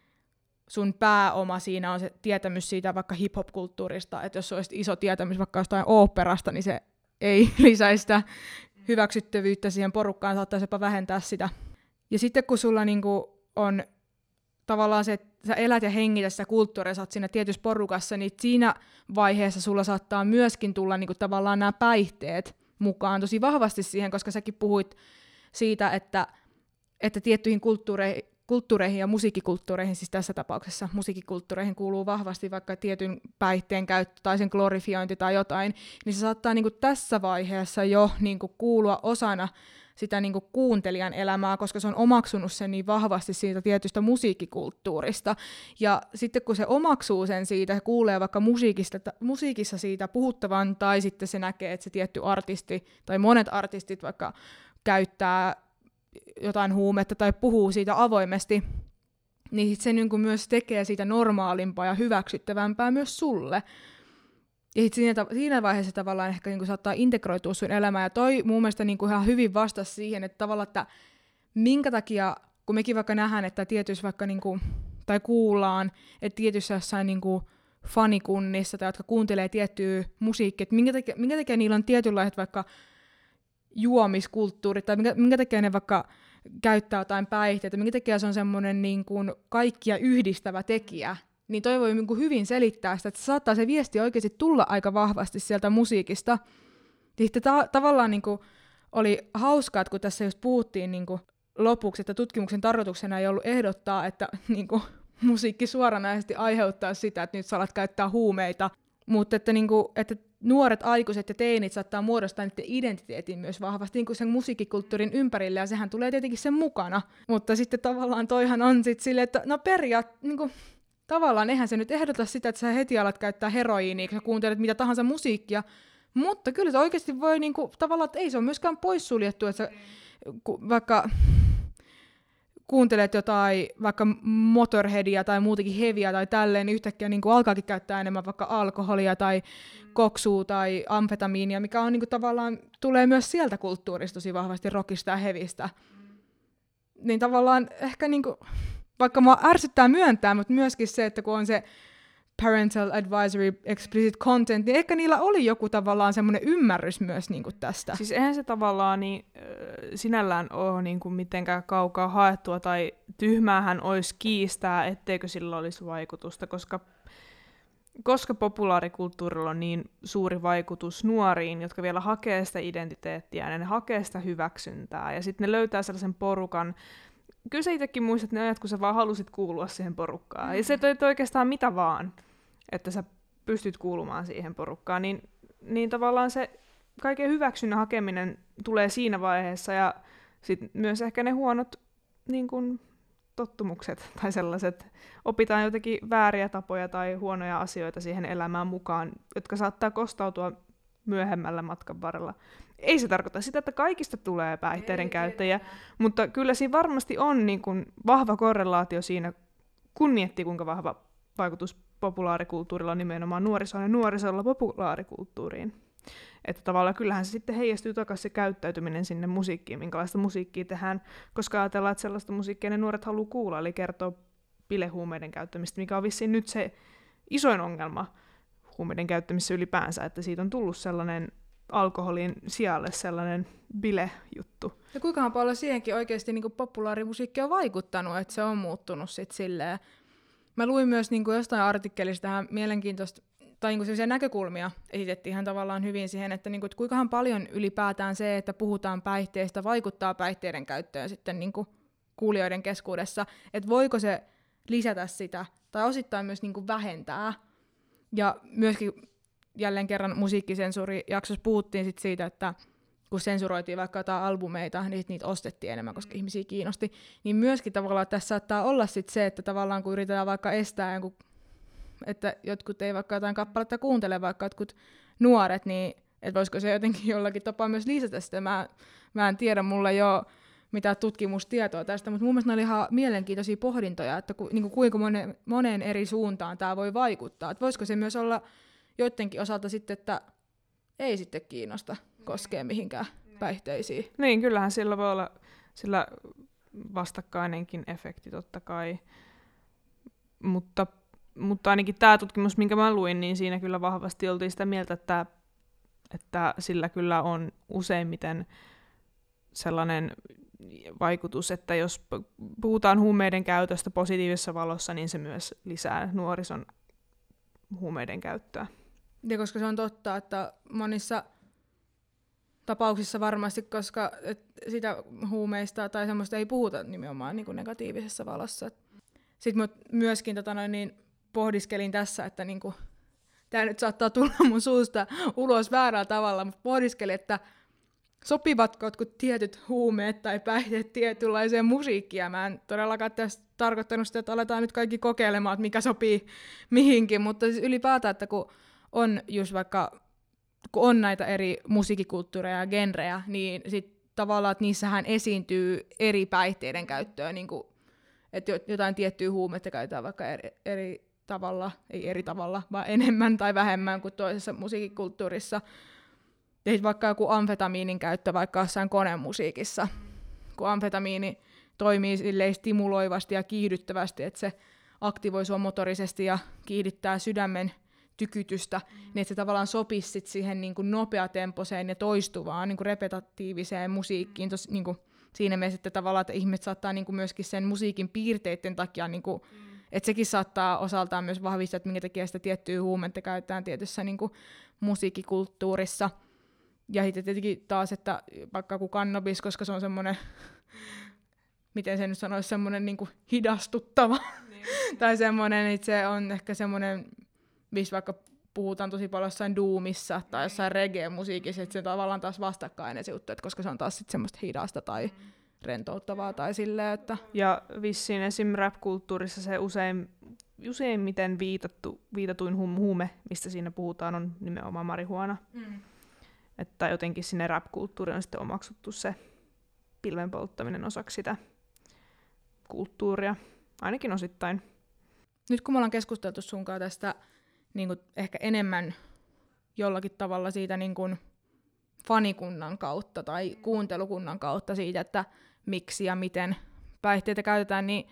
S2: sun pääoma siinä on se tietämys siitä vaikka hip-hop-kulttuurista, että jos olisi iso tietämys vaikka jostain oopperasta, niin se ei lisäisi sitä hyväksyttävyyttä siihen porukkaan, saattaisi jopa vähentää sitä. Ja sitten kun sulla niinku on tavallaan se, että sä elät ja hengität sitä kulttuuria, sä oot siinä tietyssä porukassa, niin siinä vaiheessa sulla saattaa myöskin tulla niinku tavallaan nämä päihteet mukaan tosi vahvasti siihen, koska säkin puhuit siitä, että että tiettyihin kulttuureihin, kulttuureihin ja musiikkikulttuureihin, siis tässä tapauksessa musiikkikulttuureihin kuuluu vahvasti vaikka tietyn päihteen käyttö tai sen glorifiointi tai jotain, niin se saattaa niin kuin tässä vaiheessa jo niin kuin kuulua osana sitä niin kuin kuuntelijan elämää, koska se on omaksunut sen niin vahvasti siitä tietystä musiikkikulttuurista. Ja sitten kun se omaksuu sen siitä, se kuulee vaikka musiikista, musiikissa siitä puhuttavan, tai sitten se näkee, että se tietty artisti, tai monet artistit vaikka käyttää jotain huumetta tai puhuu siitä avoimesti, niin se niin kuin myös tekee siitä normaalimpaa ja hyväksyttävämpää myös sulle. Ja siinä, siinä vaiheessa tavallaan ehkä niin kuin saattaa integroitua sun elämään. Ja toi mun mielestä niin kuin ihan hyvin vastasi siihen, että tavallaan, että minkä takia, kun mekin vaikka nähdään, että tietyissä vaikka, niin kuin, tai kuullaan, että tietyissä jossain niin kuin fanikunnissa, tai jotka kuuntelee tiettyä musiikkia, että minkä takia, minkä takia niillä on tietynlaiset vaikka juomiskulttuurit, tai minkä, minkä takia ne vaikka käyttää jotain päihteitä, minkä takia se on semmoinen niin kuin kaikkia yhdistävä tekijä, niin toi voi niin kuin hyvin selittää sitä, että se saattaa se viesti oikeasti tulla aika vahvasti sieltä musiikista. Sitten ta- tavallaan niin kuin oli hauskaa, että kun tässä just puhuttiin niin kuin lopuksi, että tutkimuksen tarkoituksena ei ollut ehdottaa, että niin kuin musiikki suoranaisesti aiheuttaa sitä, että nyt sä alat käyttää huumeita, mutta että, niin kuin, että nuoret aikuiset ja teinit saattaa muodostaa niiden identiteetin myös vahvasti niin kuin sen musiikkikulttuurin ympärille, ja sehän tulee tietenkin sen mukana. Mutta sitten tavallaan toihan on sitten silleen, että no periaat, niin kuin, tavallaan eihän se nyt ehdota sitä, että sä heti alat käyttää heroiinia, kun sä kuuntelet mitä tahansa musiikkia, mutta kyllä se oikeasti voi niin kuin, tavallaan, että ei se ole myöskään poissuljettu, että sä ku, vaikka kuuntelet jotain vaikka Motorheadia tai muutenkin heviä tai tälleen, niin yhtäkkiä niin kuin alkaakin käyttää enemmän vaikka alkoholia tai mm. koksua tai amfetamiinia, mikä on niin kuin, tavallaan tulee myös sieltä kulttuurista tosi vahvasti rockista ja hevistä. Mm. Niin tavallaan ehkä niin kuin, vaikka mua ärsyttää myöntää, mutta myöskin se, että kun on se parental advisory explicit content, niin ehkä niillä oli joku tavallaan semmoinen ymmärrys myös niin kuin tästä.
S1: Siis eihän se tavallaan niin, äh, sinällään ole niin kuin mitenkään kaukaa haettua tai tyhmäähän olisi kiistää, etteikö sillä olisi vaikutusta, koska, koska populaarikulttuurilla on niin suuri vaikutus nuoriin, jotka vielä hakee sitä identiteettiä ja ne hakee sitä hyväksyntää ja sitten ne löytää sellaisen porukan. Kyllä sä itsekin muistat ne ajat, kun sä vaan halusit kuulua siihen porukkaan. Mm. Ja se toit oikeastaan mitä vaan, että sä pystyt kuulumaan siihen porukkaan. Niin, niin tavallaan se kaiken hyväksynnän hakeminen tulee siinä vaiheessa. Ja sit myös ehkä ne huonot niin kun, tottumukset tai sellaiset. Opitaan jotenkin vääriä tapoja tai huonoja asioita siihen elämään mukaan, jotka saattaa kostautua myöhemmällä matkan varrella. Ei se tarkoita sitä, että kaikista tulee päihteiden käyttäjiä, mutta kyllä siinä varmasti on niin kuin vahva korrelaatio siinä, kun miettii, kuinka vahva vaikutus populaarikulttuurilla on nimenomaan nuorisoon ja nuorisolla populaarikulttuuriin. Että tavallaan kyllähän se sitten heijastuu takaisin se käyttäytyminen sinne musiikkiin, minkälaista musiikkia tehdään, koska ajatellaan, että sellaista musiikkia ne nuoret haluaa kuulla, eli kertoo bilehuumeiden käyttämistä, mikä on vissiin nyt se isoin ongelma huumeiden käyttämisessä ylipäänsä, että siitä on tullut sellainen alkoholin sijalle sellainen bile-juttu.
S2: Ja kuinkahan paljon siihenkin oikeasti niin kuin populaarimusiikki on vaikuttanut, että se on muuttunut sitten silleen. Mä luin myös niin kuin jostain artikkelista tähän mielenkiintoista, tai niin kuin sellaisia näkökulmia esitettiin ihan tavallaan hyvin siihen, että, niin kuin, että kuinkahan paljon ylipäätään se, että puhutaan päihteistä, vaikuttaa päihteiden käyttöön sitten niin kuin kuulijoiden keskuudessa, että voiko se lisätä sitä, tai osittain myös niin kuin vähentää. Ja myöskin jälleen kerran musiikkisensuurijaksossa puhuttiin sit siitä, että kun sensuroitiin vaikka jotain albumeita, niin niitä ostettiin enemmän, koska ihmisiä kiinnosti. Niin myöskin tavallaan tässä saattaa olla sit se, että tavallaan kun yritetään vaikka estää jonkun, että jotkut ei vaikka jotain kappaletta kuuntele, vaikka jotkut nuoret, niin että voisiko se jotenkin jollakin tapaa myös lisätä sitä. Mä, mä en tiedä, mulla ei ole mitään tutkimustietoa tästä, mutta mun mielestä ne oli ihan mielenkiintoisia pohdintoja, että ku, niin kuin kuinka monen, moneen eri suuntaan tämä voi vaikuttaa. Että voisiko se myös olla joidenkin osalta sitten, että ei sitten kiinnosta koskea mihinkään päihteisiin.
S1: Niin, kyllähän sillä voi olla sillä vastakkainenkin efekti totta kai. Mutta, mutta ainakin tämä tutkimus, minkä mä luin, niin siinä kyllä vahvasti oltiin sitä mieltä, että, että sillä kyllä on useimmiten sellainen vaikutus, että jos puhutaan huumeiden käytöstä positiivisessa valossa, niin se myös lisää nuorison huumeiden käyttöä.
S2: Ja koska se on totta, että monissa tapauksissa varmasti, koska et sitä huumeista tai semmoista ei puhuta nimenomaan niin kuin negatiivisessa valossa. Sitten myöskin tota noin, niin pohdiskelin tässä, että niin kuin, tämä nyt saattaa tulla mun suusta ulos väärällä tavalla, mutta pohdiskelin, että sopivatko jotkut tietyt huumeet tai päihteet tietynlaiseen musiikkiin. Mä en todellakaan tässä tarkoittanut sitä, että aletaan nyt kaikki kokeilemaan, että mikä sopii mihinkin, mutta siis ylipäätään, että kun on just vaikka, kun on näitä eri musiikkikulttuureja ja genrejä, niin sit tavallaan, että niissähän esiintyy eri päihteiden käyttöä, niin kuin, että jotain tiettyä huumetta käytetään vaikka eri, eri tavalla, ei eri tavalla, vaan enemmän tai vähemmän kuin toisessa musiikkikulttuurissa. Ja vaikka joku amfetamiinin käyttö vaikka jossain konemusiikissa, kun amfetamiini toimii silleen stimuloivasti ja kiihdyttävästi, että se aktivoi sua motorisesti ja kiihdyttää sydämen tykytystä, mm. niin että se tavallaan sopisi sit siihen niin kuin nopeatempoiseen ja toistuvaan niin kuin repetatiiviseen musiikkiin. Tos, niin kuin siinä mielessä, että tavallaan että ihmiset saattaa niin kuin myöskin sen musiikin piirteiden takia, niin kuin, mm. että sekin saattaa osaltaan myös vahvistaa, että minkä takia sitä tiettyä huumetta käytetään tietyssä niin kuin musiikkikulttuurissa. Ja sitten tietenkin taas, että vaikka kuin kannabis, koska se on semmoinen, miten se nyt sanoisi, semmoinen niin kuin hidastuttava, niin. tai semmoinen, että se on ehkä semmoinen, missä vaikka puhutaan tosi paljon jossain doomissa tai jossain reggae-musiikissa, että se on tavallaan taas vastakkainen se juttu, että koska se on taas sit semmoista hidasta tai rentouttavaa tai silleen, että...
S1: Ja vissiin esim. Rap-kulttuurissa se usein, useimmiten viitattu, viitatuin huume, mistä siinä puhutaan, on nimenomaan marihuana. Mm. Että jotenkin sinne rap-kulttuuriin on sitten omaksuttu se pilven polttaminen osaksi sitä kulttuuria, ainakin osittain.
S2: Nyt kun me ollaan keskusteltu sunkaan tästä niin kuin ehkä enemmän jollakin tavalla siitä niin kuin fanikunnan kautta tai kuuntelukunnan kautta siitä, että miksi ja miten päihteitä käytetään, niin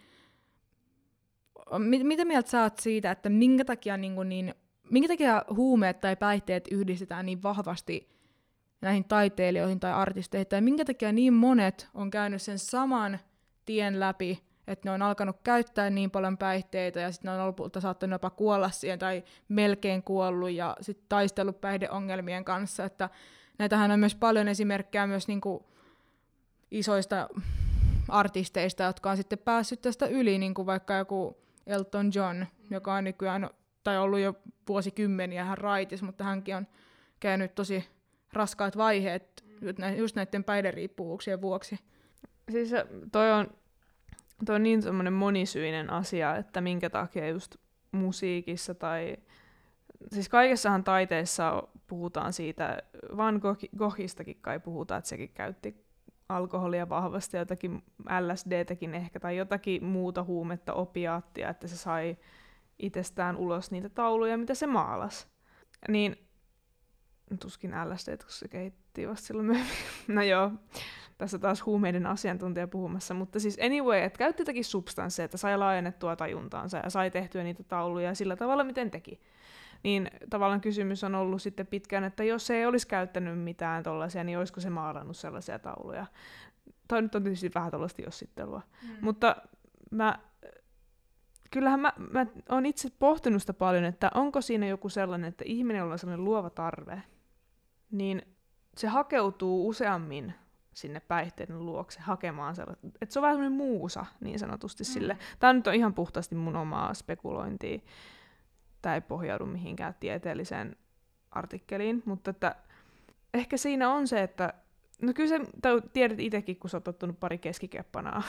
S2: mit, mitä mieltä sä oot siitä, että minkä takia, niin kuin niin, minkä takia huumeet tai päihteet yhdistetään niin vahvasti näihin taiteilijoihin tai artisteihin, tai minkä takia niin monet on käynyt sen saman tien läpi, että ne on alkanut käyttää niin paljon päihteitä, ja sitten ne on lopulta saattanut jopa kuolla siihen, tai melkein kuollut, ja sitten taistellut päihdeongelmien kanssa, että näitähän on myös paljon esimerkkejä myös niinku isoista artisteista, jotka on sitten päässyt tästä yli, niin kuin vaikka joku Elton John, joka on nykyään, tai ollut jo vuosikymmeniä hän raitis, mutta hänkin on käynyt tosi raskaat vaiheet just näiden päihderiippuvuuksien vuoksi.
S1: Siis toi on, toi on niin semmoinen monisyinen asia, että minkä takia just musiikissa tai... Siis kaikessahan taiteessa puhutaan siitä, Van Goghistakin kai puhutaan, että sekin käytti alkoholia vahvasti, jotakin L S D:täkin ehkä, tai jotakin muuta huumetta, opiaattia, että se sai itsestään ulos niitä tauluja, mitä se maalasi. Niin tuskin L S D, kun se kehitti vasta silloin myöhemmin. No joo, tässä taas huumeiden asiantuntija puhumassa, mutta siis anyway, että käytti jotakin substansseja, että sai laajennettua tajuntaansa ja sai tehtyä niitä tauluja sillä tavalla, miten teki. Niin tavallaan kysymys on ollut sitten pitkään, että jos se ei olisi käyttänyt mitään tollaisia, niin olisiko se maalannut sellaisia tauluja. Toi nyt on tietysti vähän tollaista jossittelua. Mm. Mutta mä, kyllähän mä, mä oon itse pohtinut sitä paljon, että onko siinä joku sellainen, että ihminen, jolla on sellainen luova tarve, niin se hakeutuu useammin sinne päihteiden luokse hakemaan sellaista. Että se on vähän sellainen muusa niin sanotusti mm. sille. Tää nyt on ihan puhtaasti mun omaa spekulointia. Tämä ei pohjaudu mihinkään tieteelliseen artikkeliin, mutta että ehkä siinä on se, että no kyllä sä tiedät itsekin, kun sä oot ottanut pari keskikeppanaa.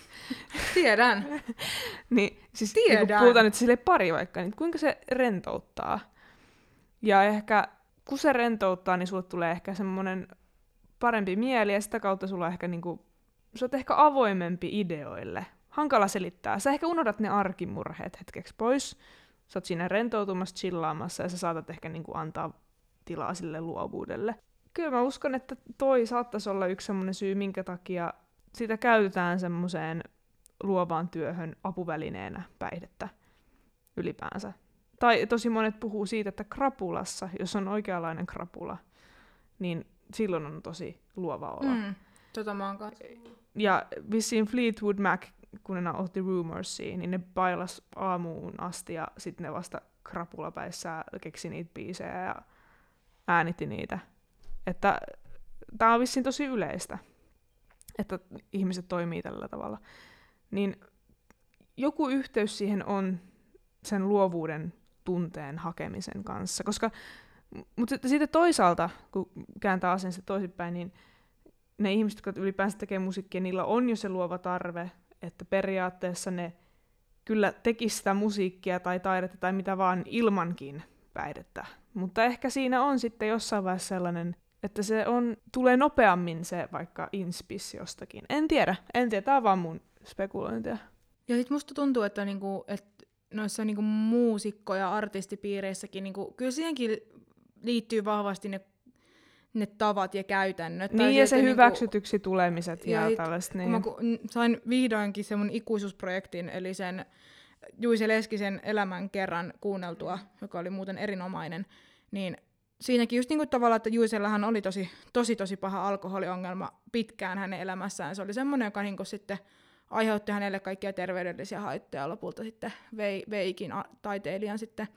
S2: Tiedän.
S1: niin, siis
S2: Tiedän.
S1: Niin kun puhutaan nyt sille pari vaikka, niin kuinka se rentouttaa. Ja ehkä kun se rentouttaa, niin sulle tulee ehkä semmoinen parempi mieli, ja sitä kautta sulla ehkä niinku, sä oot ehkä avoimempi ideoille. Hankala selittää. Sä ehkä unohdat ne arkimurheet hetkeksi pois. Sä oot siinä rentoutumassa, chillaamassa, ja sä saatat ehkä niinku antaa tilaa sille luovuudelle. Kyllä mä uskon, että toi saattaisi olla yksi semmoinen syy, minkä takia sitä käytetään semmoiseen luovaan työhön apuvälineenä päihdettä ylipäänsä. Tai tosi monet puhuu siitä, että krapulassa, jos on oikeanlainen krapula, niin silloin on tosi luova olo.
S2: Mm, tota mä oon kanssa.
S1: Ja vissiin Fleetwood Mac, kun ne otti Rumorsiin, niin ne bailas aamuun asti ja sitten ne vasta krapulapäissään keksi niitä biisejä ja äänitti niitä. Että tämä on vissiin tosi yleistä, että ihmiset toimii tällä tavalla, niin joku yhteys siihen on sen luovuuden tunteen hakemisen kanssa, koska mutta sitten toisaalta, kun kääntää asian sitten toisinpäin, niin ne ihmiset, jotka ylipäänsä tekee musiikkia, niillä on jo se luova tarve, että periaatteessa ne kyllä tekisi sitä musiikkia tai taidetta tai mitä vaan ilmankin päihdettä. Mutta ehkä siinä on sitten jossain vaiheessa sellainen, että se on, tulee nopeammin se vaikka inspis jostakin. En tiedä, en tiedä, tämä on vaan mun spekulointia.
S2: Ja sit musta tuntuu, että niinku, et noissa niinku muusikko- ja artistipiireissäkin, niinku, kyllä siihenkin liittyy vahvasti ne, ne tavat ja käytännöt.
S1: Niin, ja se niinku hyväksytyksi tulemiset ja, ja tällaiset. Niin.
S2: Kun mä sain vihdoinkin sen mun ikuisuusprojektin, eli sen Juise Leskisen Elämän kerran kuunneltua, joka oli muuten erinomainen, niin siinäkin just niinku tavallaan, että Juisellahan oli tosi, tosi, tosi paha alkoholiongelma pitkään hänen elämässään. Se oli semmoinen, joka niinku sitten aiheutti hänelle kaikkia terveydellisiä haittoja, lopulta sitten vei, veikin a- taiteilijan sitten.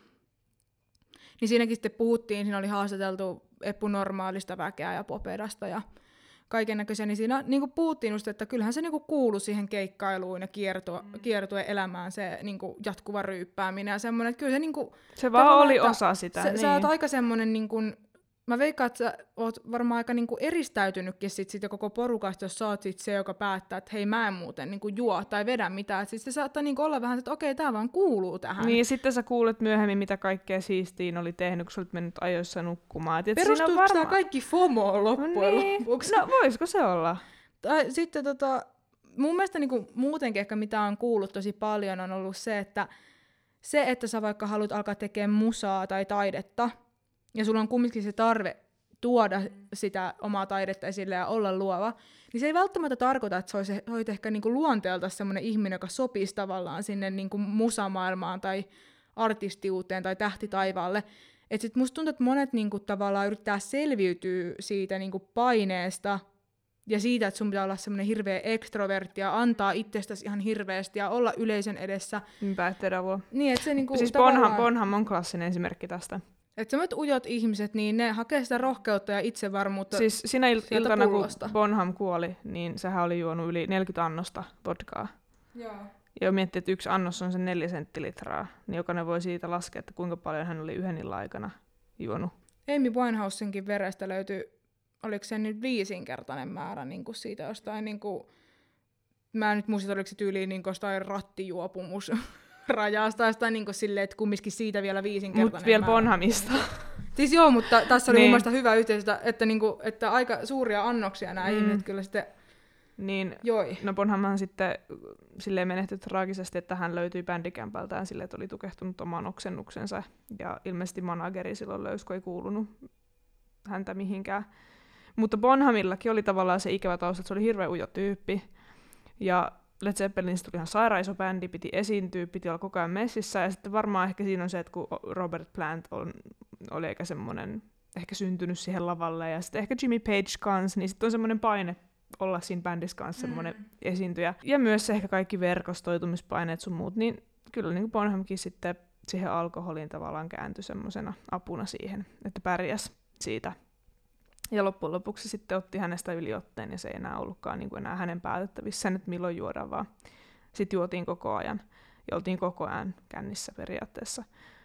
S2: Niin siinäkin sitten puhuttiin, siinä oli haastateltu epunormaalista väkeä ja popedasta ja kaikennäköisiä, niin siinä niin kuin puhuttiin just, että kyllähän se niin kuin kuului siihen keikkailuun ja kiertue, mm. kiertuen elämään se niin kuin jatkuva ryyppääminen ja semmoinen, että kyllä se niin kuin,
S1: se vaan oli osa sitä.
S2: Se,
S1: niin.
S2: Sä oot aika semmoinen, niin kuin, mä veikkaan, että sä oot varmaan aika niin kuin eristäytynytkin sit, sit koko porukasta, jos sä oot sit se, joka päättää, että hei mä en muuten niin kuin juo tai vedä mitään. Sitten se saattaa niin kuin olla vähän, että okei, tää vaan kuuluu tähän.
S1: Niin, ja sitten sä kuulet myöhemmin, mitä kaikkea siistiin oli tehnyt, kun sä olit mennyt ajoissa nukkumaan.
S2: Perustuuko varma... tämä kaikki FOMOon loppujen
S1: no niin.
S2: lopuksi?
S1: No voisiko se olla?
S2: Tai, sitten tota, mun mielestä niin kuin muutenkin ehkä mitä on kuullut tosi paljon on ollut se, että se, että sä vaikka haluat alkaa tekemään musaa tai taidetta, ja sulla on kumminkin se tarve tuoda sitä omaa taidetta esille ja olla luova, niin se ei välttämättä tarkoita, että sä olet ehkä niinku luonteelta semmoinen ihminen, joka sopisi tavallaan sinne niinku musamaailmaan tai artistiuteen tai tähtitaivaalle. Et sit musta tuntuu, että monet niinku tavallaan yrittää selviytyä siitä niinku paineesta ja siitä, että sun pitää olla semmoinen hirveä ekstrovertti ja antaa itsestäsi ihan hirveästi ja olla yleisön edessä.
S1: Päihteiden avulla.
S2: Niin, että se niinku
S1: siis
S2: tavallaan...
S1: Bonham, Bonham on klassinen esimerkki tästä.
S2: Että semmoiset ujot ihmiset, niin ne hakee sitä rohkeutta ja itsevarmuutta.
S1: Siis sinä il- iltana,
S2: pullosta.
S1: kun Bonham kuoli, niin sehän oli juonut yli neljäkymmentä annosta vodkaa.
S2: Joo.
S1: Ja miettii, että yksi annos on sen neljä senttilitraa, niin jokainen voi siitä laskea, että kuinka paljon hän oli yhden illan aikana juonut.
S2: Amy Winehousenkin verestä löytyi, oliko se nyt viisinkertainen määrä niin kuin siitä jostain, niin kuin, mä en nyt muista, oliko se tyyliin niin jostain rattijuopumus. Rajasta tai niin silleen, että kumminkin siitä vielä viisinkertainen
S1: Mut vielä
S2: määrä.
S1: Bonhamista.
S2: Siis joo, mutta tässä oli
S1: niin.
S2: mun mielestä hyvä yhteistyö, että, niinku, että aika suuria annoksia nämä mm. ihmiset kyllä sitten
S1: niin,
S2: joi.
S1: No Bonhamhan sitten silleen menehtyi traagisesti, että hän löytyi bändikämpältään silleen, että oli tukehtunut omaan oksennuksensa. Ja ilmeisesti manageri silloin löysi, kun ei kuulunut häntä mihinkään. Mutta Bonhamillakin oli tavallaan se ikävä tausta, että se oli hirveän ujo tyyppi. Ja Led Zeppelinistä tuli ihan sairaan iso bändi, piti esiintyä, piti olla koko ajan messissä, ja sitten varmaan ehkä siinä on se, että kun Robert Plant on, oli eikä semmoinen, ehkä syntynyt siihen lavalle, ja sitten ehkä Jimmy Page kanssa, niin sitten on semmoinen paine olla siinä bändissä kanssa semmoinen mm. esiintyjä. Ja myös se ehkä kaikki verkostoitumispaineet sun muut, niin kyllä niin kuin Bonhamkin sitten siihen alkoholiin tavallaan kääntyi semmoisena apuna siihen, että pärjäs siitä. Ja loppujen lopuksi sitten otti hänestä yliotteen, ja se ei enää ollutkaan niin kuin enää hänen päätettävissään, että milloin juodaan, vaan sitten juotiin koko ajan. Ja oltiin koko ajan kännissä periaatteessa.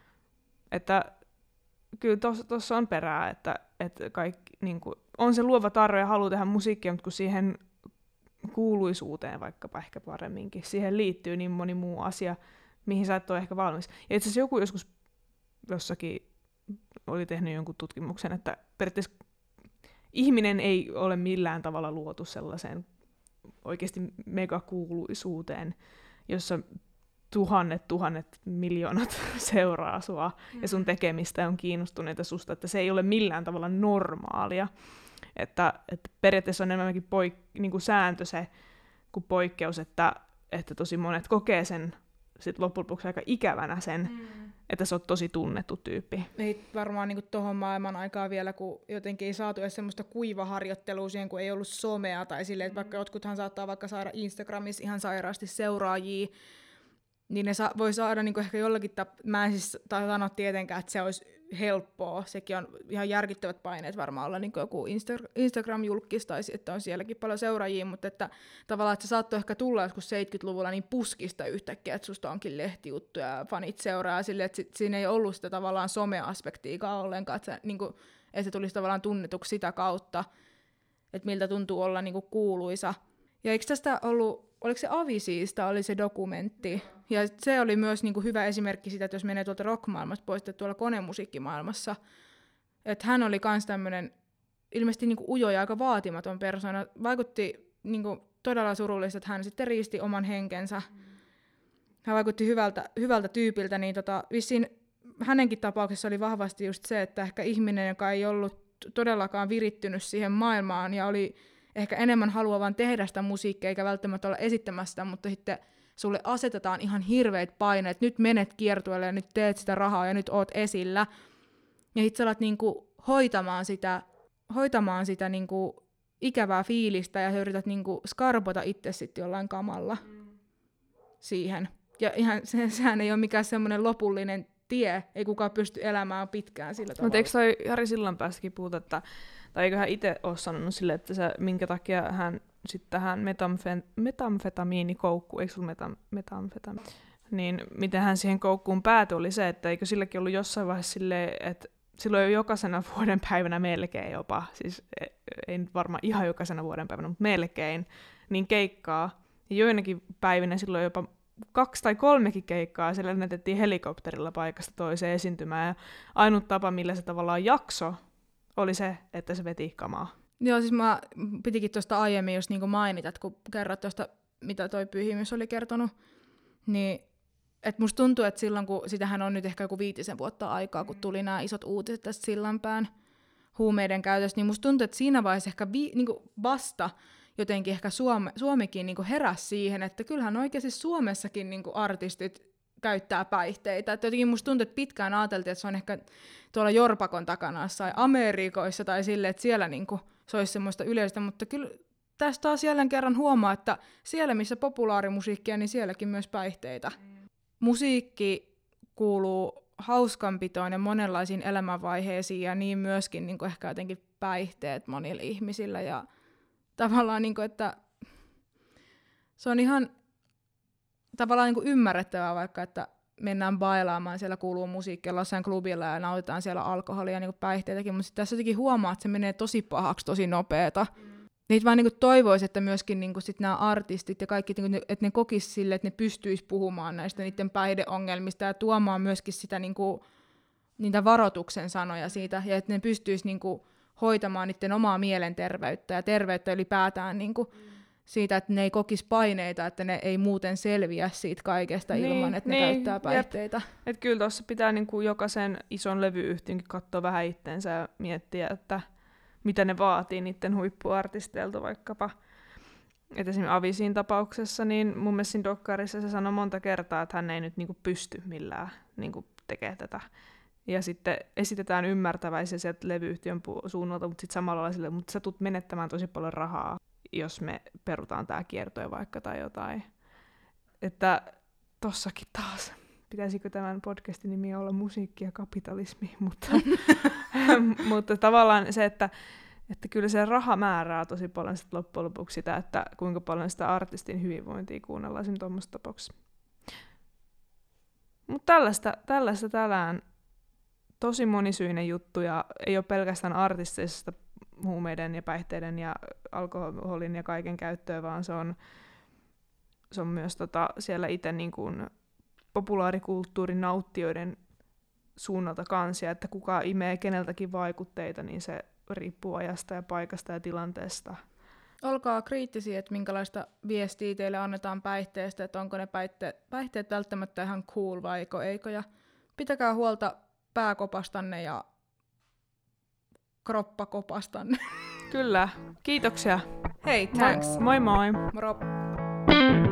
S1: Että kyllä tuossa on perää, että, että kaikki, niin kuin, on se luova tarve ja halu tehdä musiikkia, mutta kun siihen kuuluisuuteen vaikkapa ehkä paremminkin, siihen liittyy niin moni muu asia, mihin sä et ole ehkä valmis. Ja itse asiassa joku joskus jossakin oli tehnyt jonkun tutkimuksen, että periaatteessa ihminen ei ole millään tavalla luotu sellaiseen oikeasti megakuuluisuuteen, jossa tuhannet, tuhannet, miljoonat seuraa sua mm. ja sun tekemistä ja on kiinnostuneita susta, että se ei ole millään tavalla normaalia. Että, että periaatteessa on enemmänkin poik- niin kuin sääntö se kuin poikkeus, että, että tosi monet kokee sen sit loppujen lopuksi aika ikävänä sen, mm. että sä oot tosi tunnettu tyyppi.
S2: Ei varmaan niin tuohon maailman aikaa vielä, kun jotenkin ei saatu edes semmoista kuivaharjoittelua siihen, kun ei ollut somea, tai silleen, että mm. vaikka jotkuthan saattaa vaikka saada Instagramissa ihan sairaasti seuraajia, niin ne sa- voi saada niinku ehkä jollakin tap- mä en siis ta- sano tietenkään, että se olisi helppoa. Sekin on ihan järkyttävät paineet varmaan olla niinku joku Insta- Instagram-julkis tai että on sielläkin paljon seuraajia, mutta että tavallaan, että se saattoi ehkä tulla joskus seitsemänkymmentäluvulla niin puskista yhtäkkiä, että susta onkin lehtijuttuja ja fanit seuraa silleen, että sit, siinä ei ollut sitä tavallaan some-aspektiikaa ollenkaan, että se, niinku, että se tulisi tavallaan tunnetuksi sitä kautta, että miltä tuntuu olla niinku kuuluisa. Ja eikö tästä ollut, oliko se Avisiista, oli se dokumentti, ja se oli myös niinku hyvä esimerkki sitä, että jos menee tuolta rock-maailmasta pois, että tuolla konemusiikkimaailmassa, että hän oli myös tämmöinen ilmeisesti niinku ujo ja aika vaatimaton persona. Vaikutti niinku todella surullista, että hän sitten riisti oman henkensä. Hän vaikutti hyvältä, hyvältä tyypiltä, niin tota, vissiin hänenkin tapauksessa oli vahvasti just se, että ehkä ihminen, joka ei ollut todellakaan virittynyt siihen maailmaan ja oli ehkä enemmän haluaa vaan tehdä sitä musiikkia eikä välttämättä olla esittämässä sitä, mutta sitten sulle asetetaan ihan hirveät paineet, nyt menet kiertueelle ja nyt teet sitä rahaa ja nyt oot esillä. Ja sit sä alat niinku hoitamaan sitä, hoitamaan sitä niinku ikävää fiilistä ja yrität niinku skarpota itse sitten jollain kamalla mm. siihen. Ja ihan, se, sehän ei ole mikään semmoinen lopullinen tie, ei kukaan pysty elämään pitkään sillä tavalla.
S1: Mutta eikö toi Jari Sillanpäästäkin puhuta, että, tai eikö hän itse ole sanonut sille, että se, minkä takia hän sitten tähän metamfe- metamfetamiinikoukkuun, eikö sulla metam- metamfetamiini, niin miten hän siihen koukkuun päätyi oli se, että eikö silläkin ollut jossain vaiheessa silleen, että silloin jo jokaisena vuoden päivänä melkein jopa, siis ei nyt varmaan ihan jokaisena vuoden päivänä, mutta melkein, niin keikkaa. Ja joinakin päivinä silloin jopa kaksi tai kolmekin keikkaa, siellä lennätettiin helikopterilla paikasta toiseen esiintymään, ja ainut tapa, millä se tavallaan jakso, oli se, että se veti kamaa.
S2: Joo, siis mä pitikin tuosta aiemmin just niinku mainita, että kun kerrot tuosta, mitä toi Pyhimys oli kertonut, niin että musta tuntuu, että silloin, kun sitähän on nyt ehkä joku viitisen vuotta aikaa, kun tuli nämä isot uutiset tästä Sillanpään huumeiden käytöstä, niin musta tuntuu, että siinä vaiheessa ehkä vi, niinku vasta jotenkin ehkä Suome, Suomikin niinku heräsi siihen, että kyllähän oikeasti Suomessakin niinku artistit käyttää päihteitä. Että jotenkin musta tuntuu, että pitkään ajateltiin, että se on ehkä tuolla Jorpakon takana jossain Amerikoissa tai silleen, että siellä niinku se olisi semmoista yleistä, mutta kyllä tästä taas jälleen kerran huomaa, että siellä missä populaarimusiikkia, niin sielläkin myös päihteitä. Mm. Musiikki kuuluu hauskanpitoon ja monenlaisiin elämänvaiheisiin ja niin myöskin niin kuin ehkä jotenkin päihteet monilla ihmisillä ja tavallaan, niin kuin, että se on ihan tavallaan niin kuin ymmärrettävää vaikka, että mennään bailaamaan, siellä kuuluu musiikkia jossain klubilla ja nautitaan siellä alkoholia ja niin kuin päihteitäkin, mutta sitten tässä jotenkin huomaa, että se menee tosi pahaksi, tosi nopeeta. Mm. Niitä vaan niin toivoisi, että myöskin niin sit nämä artistit ja kaikki, niin kuin, että ne kokisivat sille, että ne pystyisi puhumaan näistä niiden päihdeongelmista ja tuomaan myöskin sitä, niin kuin, niitä varoituksen sanoja siitä, ja että ne pystyisi niin kuin, hoitamaan niiden omaa mielenterveyttä ja terveyttä ylipäätään niin kuin, mm. siitä, että ne ei kokisi paineita, että ne ei muuten selviä siitä kaikesta niin, ilman, että niin, ne käyttää päihteitä.
S1: Että kyllä tuossa pitää niin kuin jokaisen ison levyyhtiönkin katsoa vähän itteensä ja miettiä, että mitä ne vaatii niiden huippuartisteilta vaikkapa. Et esimerkiksi Avisin tapauksessa, niin mun mielestä siinä dokkarissa se sanoi monta kertaa, että hän ei nyt niinku pysty millään niinku tekemään tätä. Ja sitten esitetään ymmärtäväisiä sieltä levyyhtiön pu- suunnalta, mutta sitten samalla lailla sille, mutta sä tulet menettämään tosi paljon rahaa, jos me perutaan tää kiertoja vaikka tai jotain. Että tossakin taas, pitäisikö tämän podcastin nimi olla musiikki ja kapitalismi, mutta, mutta tavallaan se, että, että kyllä se raha määrää tosi paljon sit loppujen lopuksi sitä, että kuinka paljon sitä artistin hyvinvointia kuunnellaan esimerkiksi tuommoisessa tapauksessa. Mutta tällaista, tällaista tällään tosi monisyinen juttu, ja ei ole pelkästään artisteista huumeiden ja päihteiden ja alkoholin ja kaiken käyttöä, vaan se on, se on myös tota, siellä itse niin kuin populaarikulttuurin nauttijoiden suunnalta kansia, että kuka imee keneltäkin vaikutteita, niin se riippuu ajasta ja paikasta ja tilanteesta.
S2: Olkaa kriittisiä, että minkälaista viestiä teille annetaan päihteestä, että onko ne päihteet, päihteet välttämättä ihan cool vai eikö, ja pitäkää huolta pääkopastanne ja kroppakopastanne.
S1: Kyllä, kiitoksia.
S2: Hei, thanks.
S1: Moi moi.
S2: Moro.